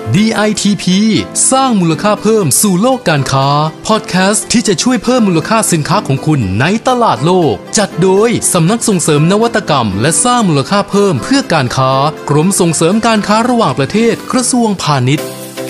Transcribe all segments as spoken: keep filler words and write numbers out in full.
ดี ไอ ที พี สร้างมูลค่าเพิ่มสู่โลกการค้าพอดแคสต์ที่จะช่วยเพิ่มมูลค่าสินค้าของคุณในตลาดโลกจัดโดยสำนักส่งเสริมนวัตกรรมและสร้างมูลค่าเพิ่มเพื่อการค้ากรมส่งเสริมการค้าระหว่างประเทศกระทรวงพาณิชย์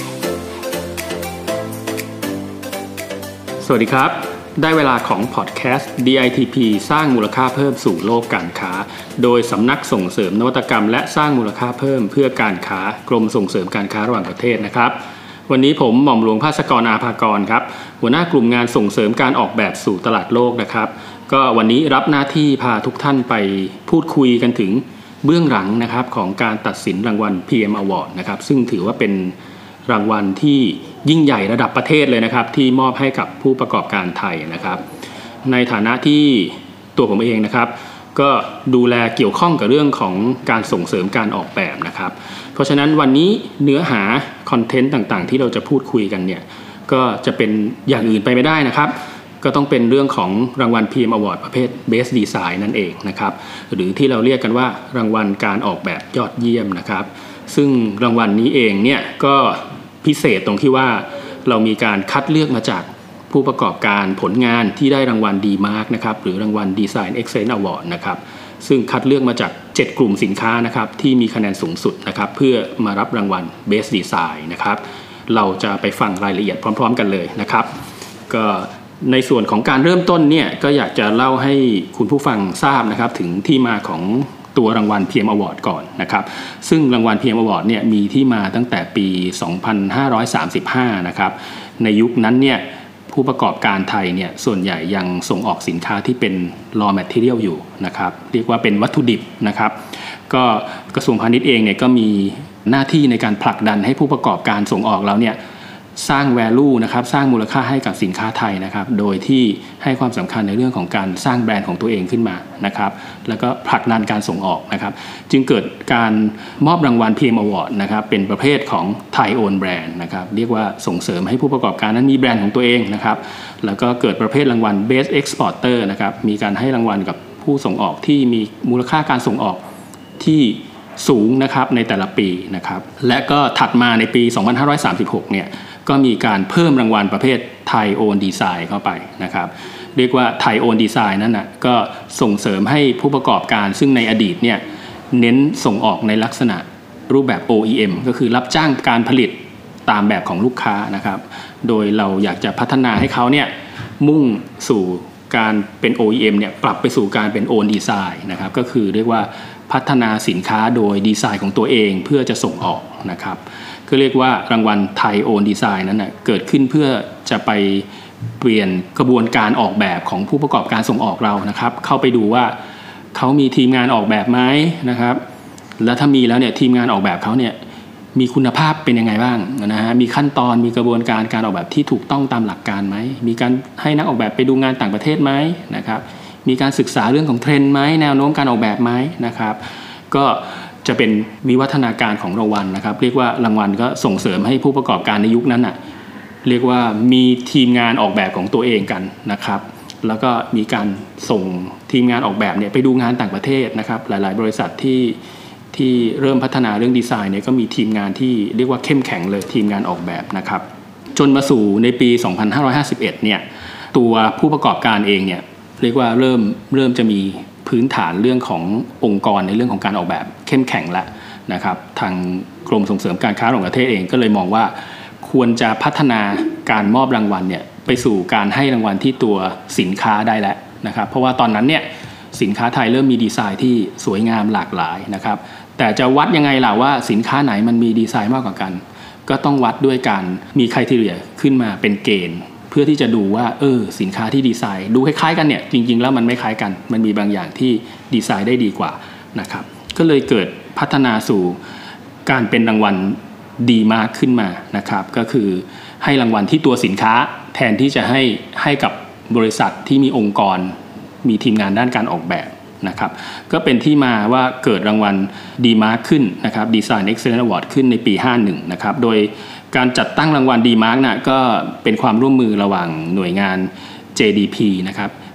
สวัสดีครับได้เวลาของพอดแคสต์ ดี ไอ ที พี สร้างมูลค่าเพิ่มสู่โลกการค้าโดยสำนักส่งเสริมนวัตกรรมและสร้างมูลค่าเพิ่มเพื่อการค้ากรมส่งเสริมการค้าระหว่างประเทศนะครับวันนี้ผมหม่อมหลวงภาสกรอาภากรครับหัวหน้ากลุ่มงานส่งเสริมการออกแบบสู่ตลาดโลกนะครับก็วันนี้รับหน้าที่พาทุกท่านไปพูดคุยกันถึงเบื้องหลังนะครับของการตัดสินรางวัล พี เอ็ม Award นะครับซึ่งถือว่าเป็นรางวัลที่ยิ่งใหญ่ระดับประเทศเลยนะครับที่มอบให้กับผู้ประกอบการไทยนะครับในฐานะที่ตัวผมเองนะครับก็ดูแลเกี่ยวข้องกับเรื่องของการส่งเสริมการออกแบบนะครับเพราะฉะนั้นวันนี้เนื้อหาคอนเทนต์ต่างๆที่เราจะพูดคุยกันเนี่ยก็จะเป็นอย่างอื่นไปไม่ได้นะครับก็ต้องเป็นเรื่องของรางวัล พี เอ็ม Award ประเภท Best Design นั่นเองนะครับหรือที่เราเรียกกันว่ารางวัลการออกแบบยอดเยี่ยมนะครับซึ่งรางวัลนี้เองเนี่ยก็พิเศษตรงที่ว่าเรามีการคัดเลือกมาจากผู้ประกอบการผลงานที่ได้รางวัล D-Mark นะครับหรือรางวัล Design Excellence Award นะครับซึ่งคัดเลือกมาจากเจ็ดกลุ่มสินค้านะครับที่มีคะแนนสูงสุดนะครับเพื่อมารับรางวัล Best Design นะครับเราจะไปฟังรายละเอียดพร้อมๆกันเลยนะครับก็ในส่วนของการเริ่มต้นเนี่ยก็อยากจะเล่าให้คุณผู้ฟังทราบนะครับถึงที่มาของตัวรางวัล พี เอ็ม Award ก่อนนะครับซึ่งรางวัล พี เอ็ม Award เนี่ยมีที่มาตั้งแต่ปี สองพันห้าร้อยสามสิบห้า นะครับในยุคนั้นเนี่ยผู้ประกอบการไทยเนี่ยส่วนใหญ่ยังส่งออกสินค้าที่เป็น raw material อยู่นะครับเรียกว่าเป็นวัตถุดิบนะครับก็กระทรวงพาณิชย์เองเนี่ยก็มีหน้าที่ในการผลักดันให้ผู้ประกอบการส่งออกแล้วเนี่ยสร้าง value นะครับสร้างมูลค่าให้กับสินค้าไทยนะครับโดยที่ให้ความสำคัญในเรื่องของการสร้างแบรนด์ของตัวเองขึ้นมานะครับแล้วก็ผลักดันการส่งออกนะครับจึงเกิดการมอบรางวัล พี เอ็ม Award นะครับเป็นประเภทของ Thai Own Brand นะครับเรียกว่าส่งเสริมให้ผู้ประกอบการนั้นมีแบรนด์ของตัวเองนะครับแล้วก็เกิดประเภทรางวัล Best Exporter นะครับมีการให้รางวัลกับผู้ส่งออกที่มีมูลค่าการส่งออกที่สูงนะครับในแต่ละปีนะครับและก็ถัดมาในปี สองพันห้าร้อยสามสิบหก เนี่ยก็มีการเพิ่มรางวัลประเภท Thai Own Design เข้าไปนะครับเรียกว่า Thai Own Design นั่นนะก็ส่งเสริมให้ผู้ประกอบการซึ่งในอดีตเนี่ยเน้นส่งออกในลักษณะรูปแบบ โอ อี เอ็ม ก็คือรับจ้างการผลิตตามแบบของลูกค้านะครับโดยเราอยากจะพัฒนาให้เขาเนี่ยมุ่งสู่การเป็น โอ อี เอ็ม เนี่ยปรับไปสู่การเป็น Own Design นะครับก็คือเรียกว่าพัฒนาสินค้าโดยดีไซน์ของตัวเองเพื่อจะส่งออกนะครับก็เรียกว่ารางวัล Thai Own Design นั้นนะเกิดขึ้นเพื่อจะไปเปลี่ยนกระบวนการออกแบบของผู้ประกอบการส่งออกเรานะครับเข้าไปดูว่าเขามีทีมงานออกแบบไหมนะครับแล้วถ้ามีแล้วเนี่ยทีมงานออกแบบเขาเนี่ยมีคุณภาพเป็นยังไงบ้างนะฮะมีขั้นตอนมีกระบวนการการออกแบบที่ถูกต้องตามหลักการไหมมีการให้นักออกแบบไปดูงานต่างประเทศไหมนะครับมีการศึกษาเรื่องของเทรนด์ไหมแนวโน้มการออกแบบไหมนะครับก็จะเป็นวิวัฒนาการของรางวัลนะครับเรียกว่ารางวัลก็ส่งเสริมให้ผู้ประกอบการในยุคนั้นน่ะเรียกว่ามีทีมงานออกแบบของตัวเองกันนะครับแล้วก็มีการส่งทีมงานออกแบบเนี่ยไปดูงานต่างประเทศนะครับหลายๆบริษัทที่ที่เริ่มพัฒนาเรื่องดีไซน์เนี่ยก็มีทีมงานที่เรียกว่าเข้มแข็งเลยทีมงานออกแบบนะครับจนมาสู่ในปี สองพันห้าร้อยห้าสิบเอ็ด เนี่ยตัวผู้ประกอบการเองเนี่ยเรียกว่าเริ่มเริ่มจะมีพื้นฐานเรื่องขององค์กรในเรื่องของการออกแบบเข้มแข็งแล้วนะครับทางกรมส่งเสริมการค้าระหว่างประเทศเองก็เลยมองว่าควรจะพัฒนาการมอบรางวัลเนี่ยไปสู่การให้รางวัลที่ตัวสินค้าได้แล้วนะครับเพราะว่าตอนนั้นเนี่ยสินค้าไทยเริ่มมีดีไซน์ที่สวยงามหลากหลายนะครับแต่จะวัดยังไงล่ะว่าสินค้าไหนมันมีดีไซน์มากกว่ากันก็ต้องวัดด้วยการมีไครทีเรียขึ้นมาเป็นเกณฑ์เพื่อที่จะดูว่าเออสินค้าที่ดีไซน์ดูคล้ายๆกันเนี่ยจริงๆแล้วมันไม่คล้ายกันมันมีบางอย่างที่ดีไซน์ได้ดีกว่านะครับก็เลยเกิดพัฒนาสู่การเป็นรางวัลดีมากขึ้นมานะครับก็คือให้รางวัลที่ตัวสินค้าแทนที่จะให้ให้กับบริษัทที่มีองค์กรมีทีมงานด้านการออกแบบนะครับก็เป็นที่มาว่าเกิดรางวัล D-Mark ขึ้นนะครับ Design Excellence Award ขึ้นในปีห้าสิบเอ็ดนะครับโดยการจัดตั้งรางวัล D-Mark น่ะก็เป็นความร่วมมือระหว่างหน่วยงาน เจ ดี พี นะครับ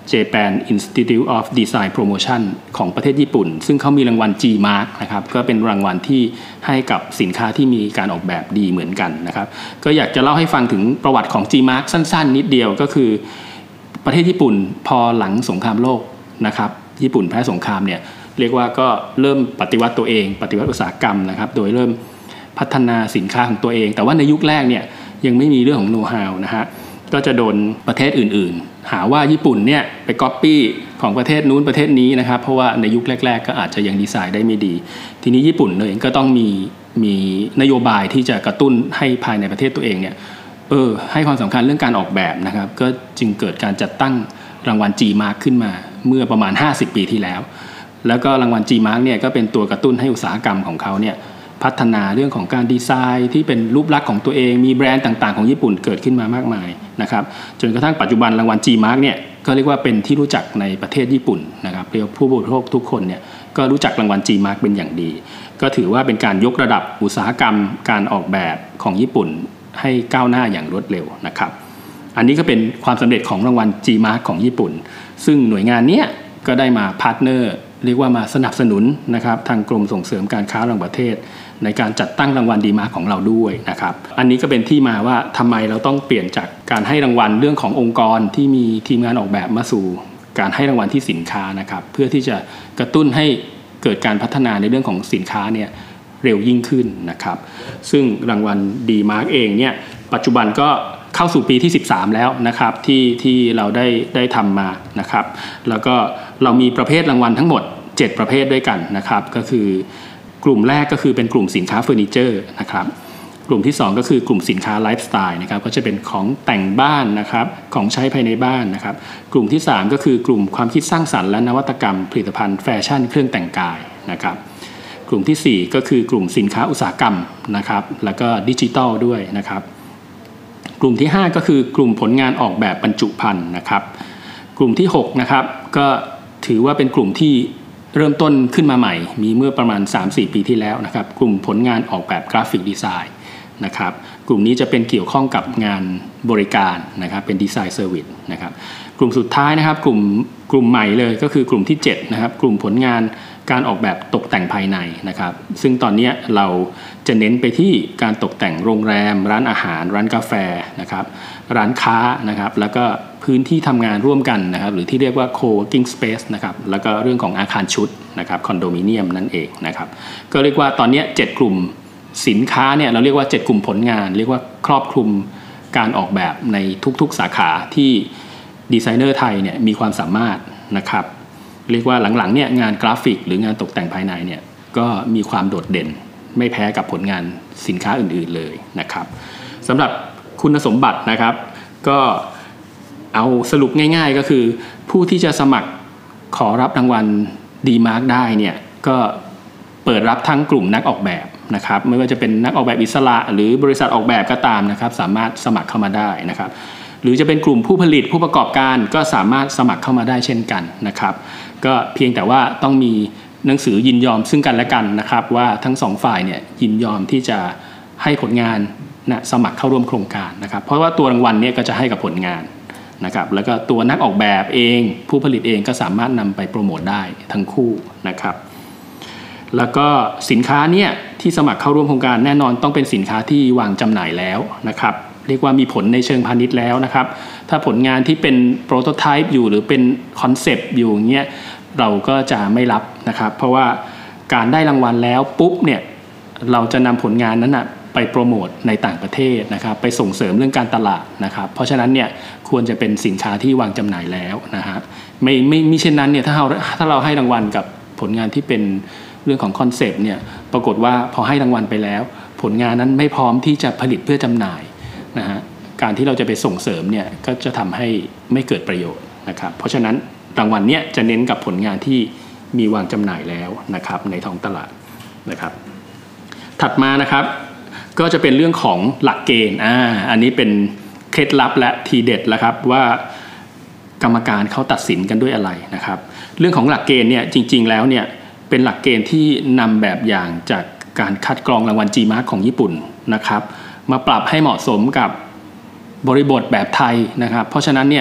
Japan Institute of Design Promotion ของประเทศญี่ปุ่นซึ่งเขามีรางวัล G Mark นะครับก็เป็นรางวัลที่ให้กับสินค้าที่มีการออกแบบดีเหมือนกันนะครับก็อยากจะเล่าให้ฟังถึงประวัติของ G Mark สั้นๆนิดเดียวก็คือประเทศญี่ปุ่นพอหลังสงครามโลกนะครับญี่ปุ่นแพ้สงครามเนี่ยเรียกว่าก็เริ่มปฏิวัติตัวเองปฏิวัติอุตสาหกรรมนะครับโดยเริ่มพัฒนาสินค้าของตัวเองแต่ว่าในยุคแรกเนี่ยยังไม่มีเรื่องของโน้ตฮาวนะฮะก็จะโดนประเทศอื่นๆหาว่าญี่ปุ่นเนี่ยไปก๊อปปี้ของประเทศนู้นประเทศนี้นะครับเพราะว่าในยุคแรกๆก็อาจจะยังดีไซน์ได้ไม่ดีทีนี้ญี่ปุ่นเองก็ต้องมีมีนโยบายที่จะกระตุ้นให้ภายในประเทศตัวเองเนี่ยเออให้ความสำคัญเรื่องการออกแบบนะครับก็จึงเกิดการจัดตั้งรางวัล G Mark ขึ้นมาเมื่อประมาณห้าสิบปีที่แล้วแล้วก็รางวัล G Mark เนี่ยก็เป็นตัวกระตุ้นให้อุตสาหกรรมของเขาเนี่ยพัฒนาเรื่องของการดีไซน์ที่เป็นรูปลักษณ์ของตัวเองมีแบรนด์ต่างๆของญี่ปุ่นเกิดขึ้นมามากมายนะครับจนกระทั่งปัจจุบันรางวัล G Mark เนี่ยก็เรียกว่าเป็นที่รู้จักในประเทศญี่ปุ่นนะครับเรียกว่าผู้บริโภคทุกคนเนี่ยก็รู้จักรางวัล G Mark เป็นอย่างดีก็ถือว่าเป็นการยกระดับอุตสาหกรรมการออกแบบของญี่ปุ่นให้ก้าวหน้าอย่างรวดเร็วนะครับอันนี้ก็เป็นความสำเร็จของรางวัล G Mark ของญี่ปุ่นซึ่งหน่วยงานเนี้ยก็ได้มาพาร์ทเนอร์เรียกว่ามาสนับสนุนนะครับทางกรมส่งเสริมการค้าระหว่างประเทศในการจัดตั้งรางวัล D Mark ของเราด้วยนะครับอันนี้ก็เป็นที่มาว่าทำไมเราต้องเปลี่ยนจากการให้รางวัลเรื่องขององค์กรที่มีทีมงานออกแบบมาสู่การให้รางวัลที่สินค้านะครับเพื่อที่จะกระตุ้นให้เกิดการพัฒนาในเรื่องของสินค้าเนี่ยเร็วยิ่งขึ้นนะครับซึ่งรางวัล D Mark เองเนี่ยปัจจุบันก็เข้าสู่ปีที่สิบสามแล้วนะครับที่ที่เราได้ได้ทำมานะครับแล้วก็เรามีประเภทรางวัลทั้งหมดเจ็ดประเภทด้วยกันนะครับก็คือกลุ่มแรกก็คือเป็นกลุ่มสินค้าเฟอร์นิเจอร์นะครับกลุ่มที่สองก็คือกลุ่มสินค้าไลฟ์สไตล์นะครับก็จะเป็นของแต่งบ้านนะครับของใช้ภายในบ้านนะครับกลุ่มที่สามก็คือกลุ่มความคิดสร้างสรรค์และนวัตกรรมผลิตภัณฑ์แฟชั่นเครื่องแต่งกายนะครับกลุ่มที่สี่ก็คือกลุ่มสินค้าอุตสาหกรรมนะครับแล้วก็ดิจิทัลด้วยนะครับกลุ่มที่ห้าก็คือกลุ่มผลงานออกแบบบรรจุภัณฑ์นะครับกลุ่มที่หกนะครับก็ถือว่าเป็นกลุ่มที่เริ่มต้นขึ้นมาใหม่มีเมื่อประมาณ สามถึงสี่ ปีที่แล้วนะครับกลุ่มผลงานออกแบบกราฟิกดีไซน์นะครับกลุ่มนี้จะเป็นเกี่ยวข้องกับงานบริการนะครับเป็นดีไซน์เซอร์วิสนะครับกลุ่มสุดท้ายนะครับกลุ่มกลุ่มใหม่เลยก็คือกลุ่มที่เจ็ดนะครับกลุ่มผลงานการออกแบบตกแต่งภายในนะครับซึ่งตอนนี้เราจะเน้นไปที่การตกแต่งโรงแรมร้านอาหารร้านกาแฟนะครับร้านค้านะครับแล้วก็พื้นที่ทำงานร่วมกันนะครับหรือที่เรียกว่า co-working space นะครับแล้วก็เรื่องของอาคารชุดนะครับคอนโดมิเนียมนั่นเองนะครับก็เรียกว่าตอนนี้เจ็ดกลุ่มสินค้าเนี่ยเราเรียกว่าเจ็ดกลุ่มผลงานเรียกว่าครอบคลุมการออกแบบในทุกๆสาขาที่ดีไซเนอร์ไทยเนี่ยมีความสามารถนะครับเรียกว่าหลังๆเนี่ยงานกราฟิกหรืองานตกแต่งภายในเนี่ยก็มีความโดดเด่นไม่แพ้กับผลงานสินค้าอื่นๆเลยนะครับสำหรับคุณสมบัตินะครับก็เอาสรุปง่ายๆก็คือผู้ที่จะสมัครขอรับรางวัล D Mark ได้เนี่ยก็เปิดรับทั้งกลุ่มนักออกแบบนะครับไม่ว่าจะเป็นนักออกแบบอิสระหรือบริษัทออกแบบก็ตามนะครับสามารถสมัครเข้ามาได้นะครับหรือจะเป็นกลุ่มผู้ผลิตผู้ประกอบการก็สามารถสมัครเข้ามาได้เช่นกันนะครับก็เพียงแต่ว่าต้องมีหนังสือยินยอมซึ่งกันและกันนะครับว่าทั้งสองฝ่ายเนี่ยยินยอมที่จะให้ผลงานนะสมัครเข้าร่วมโครงการนะครับเพราะว่าตัวรางวัลเนี่ยก็จะให้กับผลงานนะครับแล้วก็ตัวนักออกแบบเองผู้ผลิตเองก็สามารถนำไปโปรโมทได้ทั้งคู่นะครับแล้วก็สินค้าเนี่ยที่สมัครเข้าร่วมโครงการแน่นอนต้องเป็นสินค้าที่วางจำหน่ายแล้วนะครับเรียกว่ามีผลในเชิงพาณิชย์แล้วนะครับถ้าผลงานที่เป็นโปรโตไทป์อยู่หรือเป็นคอนเซปต์อยู่อย่างเงี้ยเราก็จะไม่รับนะครับเพราะว่าการได้รางวัลแล้วปุ๊บเนี่ยเราจะนำผลงานนั้นนะไปโปรโมทในต่างประเทศนะครับไปส่งเสริมเรื่องการตลาดนะครับเพราะฉะนั้นเนี่ยควรจะเป็นสินค้าที่วางจำหน่ายแล้วนะฮะไม่ไม่มิเช่นนั้นเนี่ยถ้าเราถ้าเราให้รางวัลกับผลงานที่เป็นเรื่องของคอนเซปต์เนี่ยปรากฏว่าพอให้รางวัลไปแล้วผลงานนั้นไม่พร้อมที่จะผลิตเพื่อจำหน่ายนะฮะการที่เราจะไปส่งเสริมเนี่ยก็จะทำให้ไม่เกิดประโยชน์นะครับเพราะฉะนั้นรางวัลเนี้ยจะเน้นกับผลงานที่มีวางจำหน่ายแล้วนะครับในท้องตลาดนะครับถัดมานะครับก็จะเป็นเรื่องของหลักเกณฑ์อ่าอันนี้เป็นเคล็ดลับและทีเด็ดแล้วครับว่ากรรมการเขาตัดสินกันด้วยอะไรนะครับเรื่องของหลักเกณฑ์เนี่ยจริงๆแล้วเนี่ยเป็นหลักเกณฑ์ที่นำแบบอย่างจากการคัดกรองรางวัล G Mark ของญี่ปุ่นนะครับมาปรับให้เหมาะสมกับบริบทแบบไทยนะครับเพราะฉะนั้นเนี่ย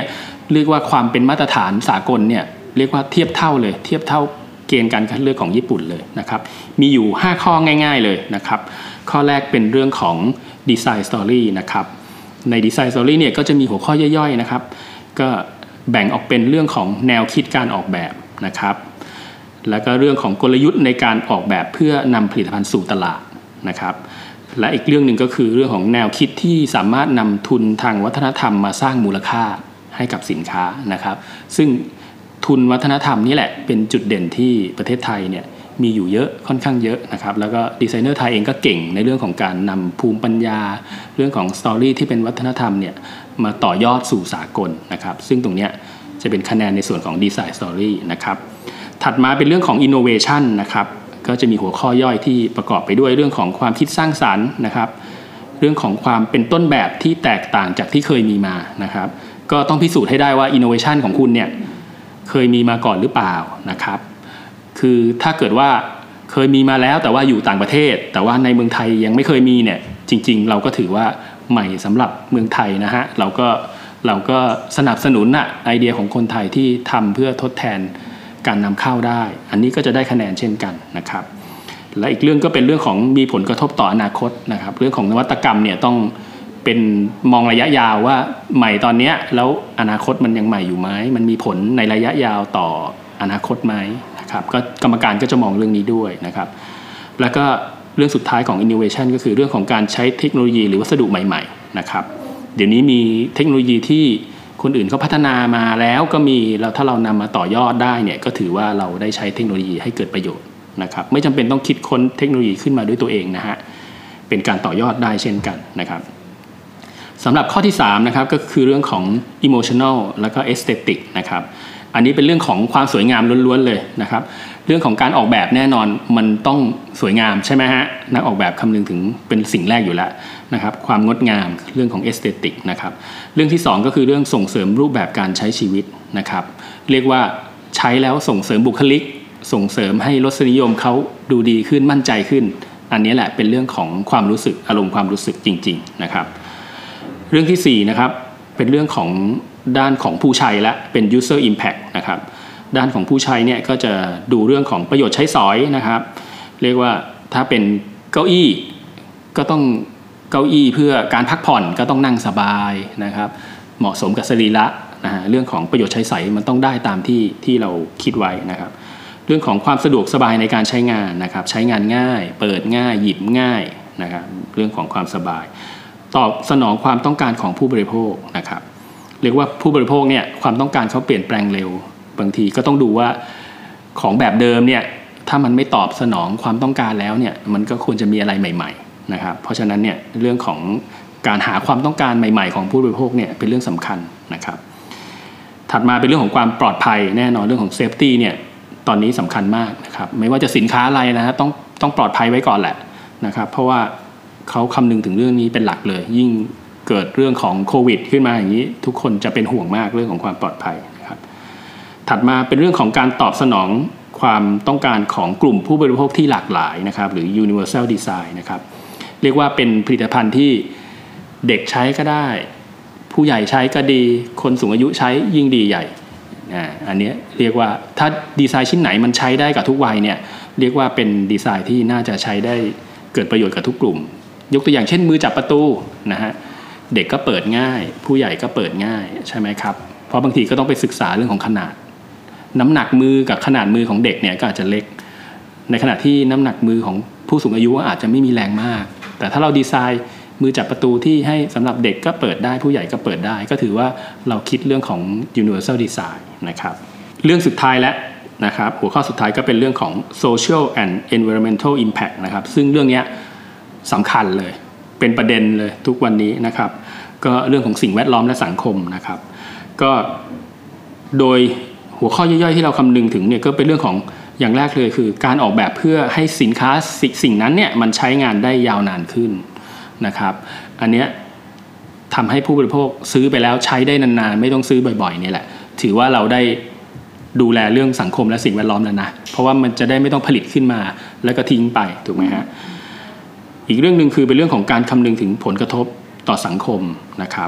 เรียกว่าความเป็นมาตรฐานสากลเนี่ยเรียกว่าเทียบเท่าเลยเทียบเท่าเกณฑ์การคัดเลือกของญี่ปุ่นเลยนะครับมีอยู่ห้าข้อง่ายๆเลยนะครับข้อแรกเป็นเรื่องของ Design Story นะครับใน Design Story เนี่ยก็จะมีหัวข้อย่อยๆนะครับก็แบ่งออกเป็นเรื่องของแนวคิดการออกแบบนะครับแล้วก็เรื่องของกลยุทธ์ในการออกแบบเพื่อนำผลิตภัณฑ์สู่ตลาดนะครับและอีกเรื่องหนึ่งก็คือเรื่องของแนวคิดที่สามารถนำทุนทางวัฒนธรรมมาสร้างมูลค่าให้กับสินค้านะครับซึ่งทุนวัฒนธรรมนี่แหละเป็นจุดเด่นที่ประเทศไทยเนี่ยมีอยู่เยอะค่อนข้างเยอะนะครับแล้วก็ดีไซเนอร์ไทยเองก็เก่งในเรื่องของการนำภูมิปัญญาเรื่องของสตอรี่ที่เป็นวัฒนธรรมเนี่ยมาต่อยอดสู่สากลนะครับซึ่งตรงเนี้ยจะเป็นคะแนนในส่วนของดีไซน์สตอรี่นะครับถัดมาเป็นเรื่องของ innovation นะครับก็จะมีหัวข้อย่อยที่ประกอบไปด้วยเรื่องของความคิดสร้างสรรค์นะครับเรื่องของความเป็นต้นแบบที่แตกต่างจากที่เคยมีมานะครับก็ต้องพิสูจน์ให้ได้ว่า innovation ของคุณเนี่ยเคยมีมาก่อนหรือเปล่านะครับคือถ้าเกิดว่าเคยมีมาแล้วแต่ว่าอยู่ต่างประเทศแต่ว่าในเมืองไทยยังไม่เคยมีเนี่ยจริงๆเราก็ถือว่าใหม่สำหรับเมืองไทยนะฮะเราก็เราก็สนับสนุนอะไอเดียของคนไทยที่ทำเพื่อทดแทนการนำเข้าได้อันนี้ก็จะได้คะแนนเช่นกันนะครับและอีกเรื่องก็เป็นเรื่องของมีผลกระทบต่ออนาคตนะครับเรื่องของนวัตกรรมเนี่ยต้องเป็นมองระยะยาวว่าใหม่ตอนนี้แล้วอนาคตมันยังใหม่อยู่ไหมมันมีผลในระยะยาวต่ออนาคตไหมนะครับก็กรรมการก็จะมองเรื่องนี้ด้วยนะครับแล้วก็เรื่องสุดท้ายของ innovation ก็คือเรื่องของการใช้เทคโนโลยีหรือวัสดุใหม่ๆนะครับเดี๋ยวนี้มีเทคโนโลยีที่คนอื่นเขาพัฒนามาแล้วก็มีแล้วถ้าเรานำมาต่อยอดได้เนี่ยก็ถือว่าเราได้ใช้เทคโนโลยีให้เกิดประโยชน์นะครับไม่จำเป็นต้องคิดค้นเทคโนโลยีขึ้นมาด้วยตัวเองนะฮะเป็นการต่อยอดได้เช่นกันนะครับสำหรับข้อที่สามนะครับก็คือเรื่องของ emotional แล้วก็ aesthetic นะครับอันนี้เป็นเรื่องของความสวยงามล้วนๆเลยนะครับเรื่องของการออกแบบแน่นอนมันต้องสวยงามใช่ไหมฮะนักออกแบบคำนึงถึงเป็นสิ่งแรกอยู่แล้วนะครับความงดงามเรื่องของ aesthetic นะครับเรื่องที่สองก็คือเรื่องส่งเสริมรูปแบบการใช้ชีวิตนะครับเรียกว่าใช้แล้วส่งเสริมบุคลิกส่งเสริมให้รสนิยมเขาดูดีขึ้นมั่นใจขึ้นอันนี้แหละเป็นเรื่องของความรู้สึกอารมณ์ความรู้สึกจริงๆนะครับเรื่องที่สี่นะครับเป็นเรื่องของด้านของผู้ใช้และเป็น user impact นะครับด้านของผู้ใช้เนี่ยก็จะดูเรื่องของประโยชน์ใช้สอยนะครับเรียกว่าถ้าเป็นเก้าอี้ก็ต้องเก้าอี้เพื่อการพักผ่อนก็ต้องนั่งสบายนะครับเหมาะสมกับสรีระนะฮะเรื่องของประโยชน์ใช้สอยมันต้องได้ตามที่ที่เราคิดไว้นะครับเรื่องของความสะดวกสบายในการใช้งานนะครับใช้งานง่ายเปิดง่ายหยิบง่ายนะครับเรื่องของความสบายตอบสนองความต้องการของผู้บริโภคนะครับเรียกว่าผู้บริโภคเนี่ยความต้องการเขาเปลี่ยนแปลงเร็วบางทีก็ต้องดูว่าของแบบเดิมเนี่ยถ้ามันไม่ตอบสนองความต้องการแล้วเนี่ยมันก็ควรจะมีอะไรใหม่ๆนะครับเพราะฉะนั้นเนี่ยเรื่องของการหาความต้องการใหม่ๆของผู้บริโภคเนี่ยเป็นเรื่องสำคัญนะครับถัดมาเป็นเรื่องของความปลอดภัยแน่นอนเรื่องของเซฟตี้เนี่ยตอนนี้สำคัญมากนะครับไม่ว่าจะสินค้าอะไรนะฮะต้องต้องปลอดภัยไว้ก่อนแหละนะครับเพราะว่าเขาคำนึงถึงเรื่องนี้เป็นหลักเลยยิ่งเกิดเรื่องของโควิดขึ้นมาอย่างนี้ทุกคนจะเป็นห่วงมากเรื่องของความปลอดภัยนะครับถัดมาเป็นเรื่องของการตอบสนองความต้องการของกลุ่มผู้บริโภคที่หลากหลายนะครับหรือ universal design นะครับเรียกว่าเป็นผลิตภัณฑ์ที่เด็กใช้ก็ได้ผู้ใหญ่ใช้ก็ดีคนสูงอายุใช้ยิ่งดีใหญ่อ่าอันนี้เรียกว่าถ้าดีไซน์ชิ้นไหนมันใช้ได้กับทุกวัยเนี่ยเรียกว่าเป็นดีไซน์ที่น่าจะใช้ได้เกิดประโยชน์กับทุกกลุ่มยกตัวอย่างเช่นมือจับประตูนะฮะเด็กก็เปิดง่ายผู้ใหญ่ก็เปิดง่ายใช่ไหมครับเพราะบางทีก็ต้องไปศึกษาเรื่องของขนาดน้ำหนักมือกับขนาดมือของเด็กเนี่ยก็อาจจะเล็กในขณะที่น้ำหนักมือของผู้สูงอายุอาจจะไม่มีแรงมากแต่ถ้าเราดีไซน์มือจับประตูที่ให้สำหรับเด็กก็เปิดได้ผู้ใหญ่ก็เปิดได้ก็ถือว่าเราคิดเรื่องของ universal design นะครับเรื่องสุดท้ายแล้วนะครับหัวข้อสุดท้ายก็เป็นเรื่องของ social and environmental impact นะครับซึ่งเรื่องนี้สำคัญเลยเป็นประเด็นเลยทุกวันนี้นะครับก็เรื่องของสิ่งแวดล้อมและสังคมนะครับก็โดยหัวข้อย่อยๆที่เราคำนึงถึงเนี่ยก็เป็นเรื่องของอย่างแรกเลยคือการออกแบบเพื่อให้สินค้าสิ่งนั้นเนี่ยมันใช้งานได้ยาวนานขึ้นนะครับอันเนี้ยทำให้ผู้บริโภคซื้อไปแล้วใช้ได้นานๆไม่ต้องซื้อบ่อยๆนี่แหละถือว่าเราได้ดูแลเรื่องสังคมและสิ่งแวดล้อมแล้วนะเพราะว่ามันจะได้ไม่ต้องผลิตขึ้นมาแล้วก็ทิ้งไปถูกไหมฮะอีกเรื่องนึงคือเป็นเรื่องของการคำนึงถึงผลกระทบต่อสังคมนะครับ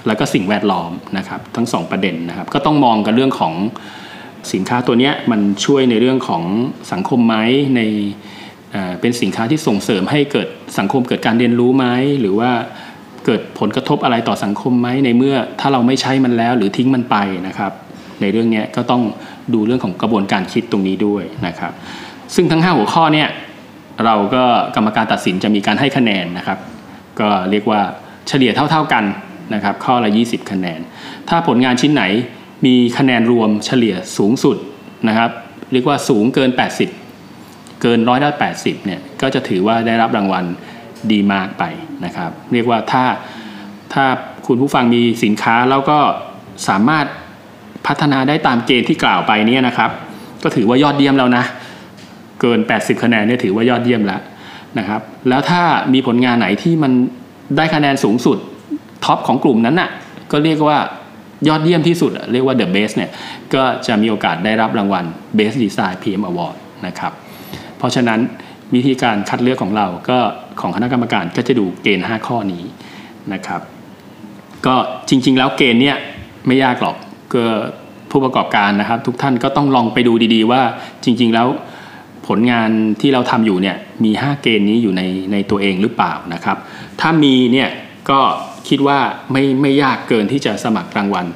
แล้วก็สิ่งแวดล้อมนะครับทั้งสองประเด็นนะครับก็ต้องมองกันเรื่องของสินค้าตัวนี้มันช่วยในเรื่องของสังคมไหมในเป็นสินค้าที่ส่งเสริมให้เกิดสังคมเกิดการเรียนรู้ไหมหรือว่าเกิดผลกระทบอะไรต่อสังคมไหมในเมื่อถ้าเราไม่ใช้มันแล้วหรือทิ้งมันไปนะครับในเรื่องนี้ก็ต้องดูเรื่องของกระบวนการคิดตรงนี้ด้วยนะครับซึ่งทั้งห้าหัวข้อเนี่ยเราก็กรรมการตัดสินจะมีการให้คะแนนนะครับก็เรียกว่าเฉลี่ยเท่าๆกันนะครับข้อละยี่สิบคะแนนถ้าผลงานชิ้นไหนมีคะแนนรวมเฉลี่ยสูงสุดนะครับเรียกว่าสูงเกินแปดสิบเกินร้อยละแปดสิบเนี่ยก็จะถือว่าได้รับรางวัลดีมากไปนะครับเรียกว่าถ้าถ้าคุณผู้ฟังมีสินค้าแล้วก็สามารถพัฒนาได้ตามเกณฑ์ที่กล่าวไปเนี่ยนะครับก็ถือว่ายอดเยี่ยมแล้วนะเกินแปดสิบคะแนนเนี่ยถือว่ายอดเยี่ยมแล้วนะครับแล้วถ้ามีผลงานไหนที่มันได้คะแนนสูงสุดท็อปของกลุ่มนั้นน่ะก็เรียกว่ายอดเยี่ยมที่สุดเรียกว่า The Best เนี่ยก็จะมีโอกาสได้รับรางวัล Best Design พี เอ็ม Award นะครับเพราะฉะนั้นวิธีการคัดเลือกของเราก็ของคณะกรรมการก็จะดูเกณฑ์ห้าข้อนี้นะครับก็จริงๆแล้วเกณฑ์เนี้ยไม่ยากหรอกก็ผู้ประกอบการนะครับทุกท่านก็ต้องลองไปดูดีๆว่าจริงๆแล้วผลงานที่เราทำอยู่เนี่ยมีห้าเกณฑ์นี้อยู่ในในตัวเองหรือเปล่านะครับถ้ามีเนี่ยก็คิดว่าไม่ไม่ยากเกินที่จะสมัครรางวัล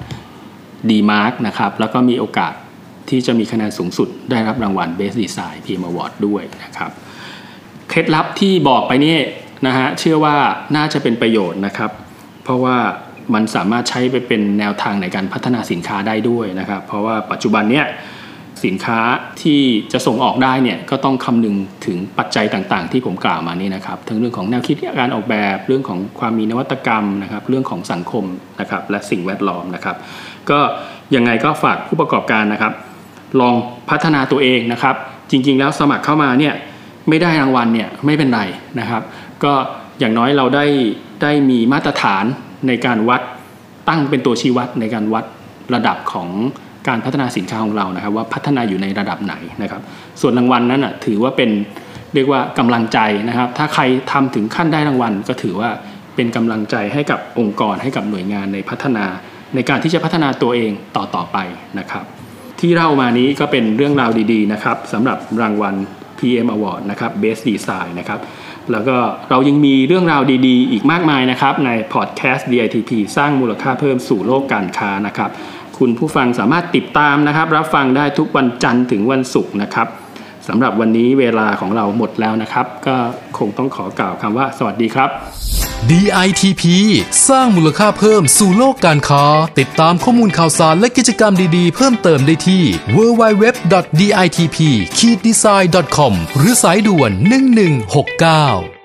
D-Mark นะครับแล้วก็มีโอกาสที่จะมีคะแนนสูงสุดได้รับรางวัล Best Design พี เอ็ม Award ด้วยนะครับเคล็ดลับที่บอกไปนี่นะฮะเชื่อว่าน่าจะเป็นประโยชน์นะครับเพราะว่ามันสามารถใช้ไปเป็นแนวทางในการพัฒนาสินค้าได้ด้วยนะครับเพราะว่าปัจจุบันเนี้ยสินค้าที่จะส่งออกได้เนี่ยก็ต้องคำนึงถึงปัจจัยต่างๆที่ผมกล่าวมานี่นะครับทั้งเรื่องของแนวคิดการออกแบบเรื่องของความมีนวัตกรรมนะครับเรื่องของสังคมนะครับและสิ่งแวดล้อมนะครับก็ยังไงก็ฝากผู้ประกอบการนะครับลองพัฒนาตัวเองนะครับจริงๆแล้วสมัครเข้ามาเนี่ยไม่ได้รางวัลเนี่ยไม่เป็นไรนะครับก็อย่างน้อยเราได้ได้มีมาตรฐานในการวัดตั้งเป็นตัวชี้วัดในการวัดระดับของการพัฒนาสินค้าของเรานะครับว่าพัฒนาอยู่ในระดับไหนนะครับส่วนรางวัลนั้นนะถือว่าเป็นเรียกว่ากำลังใจนะครับถ้าใครทำถึงขั้นได้รางวัลก็ถือว่าเป็นกำลังใจให้กับองค์กรให้กับหน่วยงานในพัฒนาในการที่จะพัฒนาตัวเองต่อต่อไปนะครับที่เล่ามานี้ก็เป็นเรื่องราวดีๆนะครับสำหรับรางวัล พี เอ็ม Award นะครับ Best Design นะครับแล้วก็เรายังมีเรื่องราวดีๆอีกมากมายนะครับในพอดแคสต์ ดี ไอ ที พี สร้างมูลค่าเพิ่มสู่โลกการค้านะครับคุณผู้ฟังสามารถติดตามนะครับรับฟังได้ทุกวันจันทร์ถึงวันศุกร์นะครับสำหรับวันนี้เวลาของเราหมดแล้วนะครับก็คงต้องขอกล่าวคำว่าสวัสดีครับดี ไอ ที พี สร้างมูลค่าเพิ่มสู่โลกการค้าติดตามข้อมูลข่าวสารและกิจกรรมดีๆเพิ่มเติมได้ที่ ดับเบิลยู ดับเบิลยู ดับเบิลยู ดอท ดี ไอ ที พี ดีไซน์ ดอท คอม หรือสายด่วนหนึ่งหนึ่งหกเก้า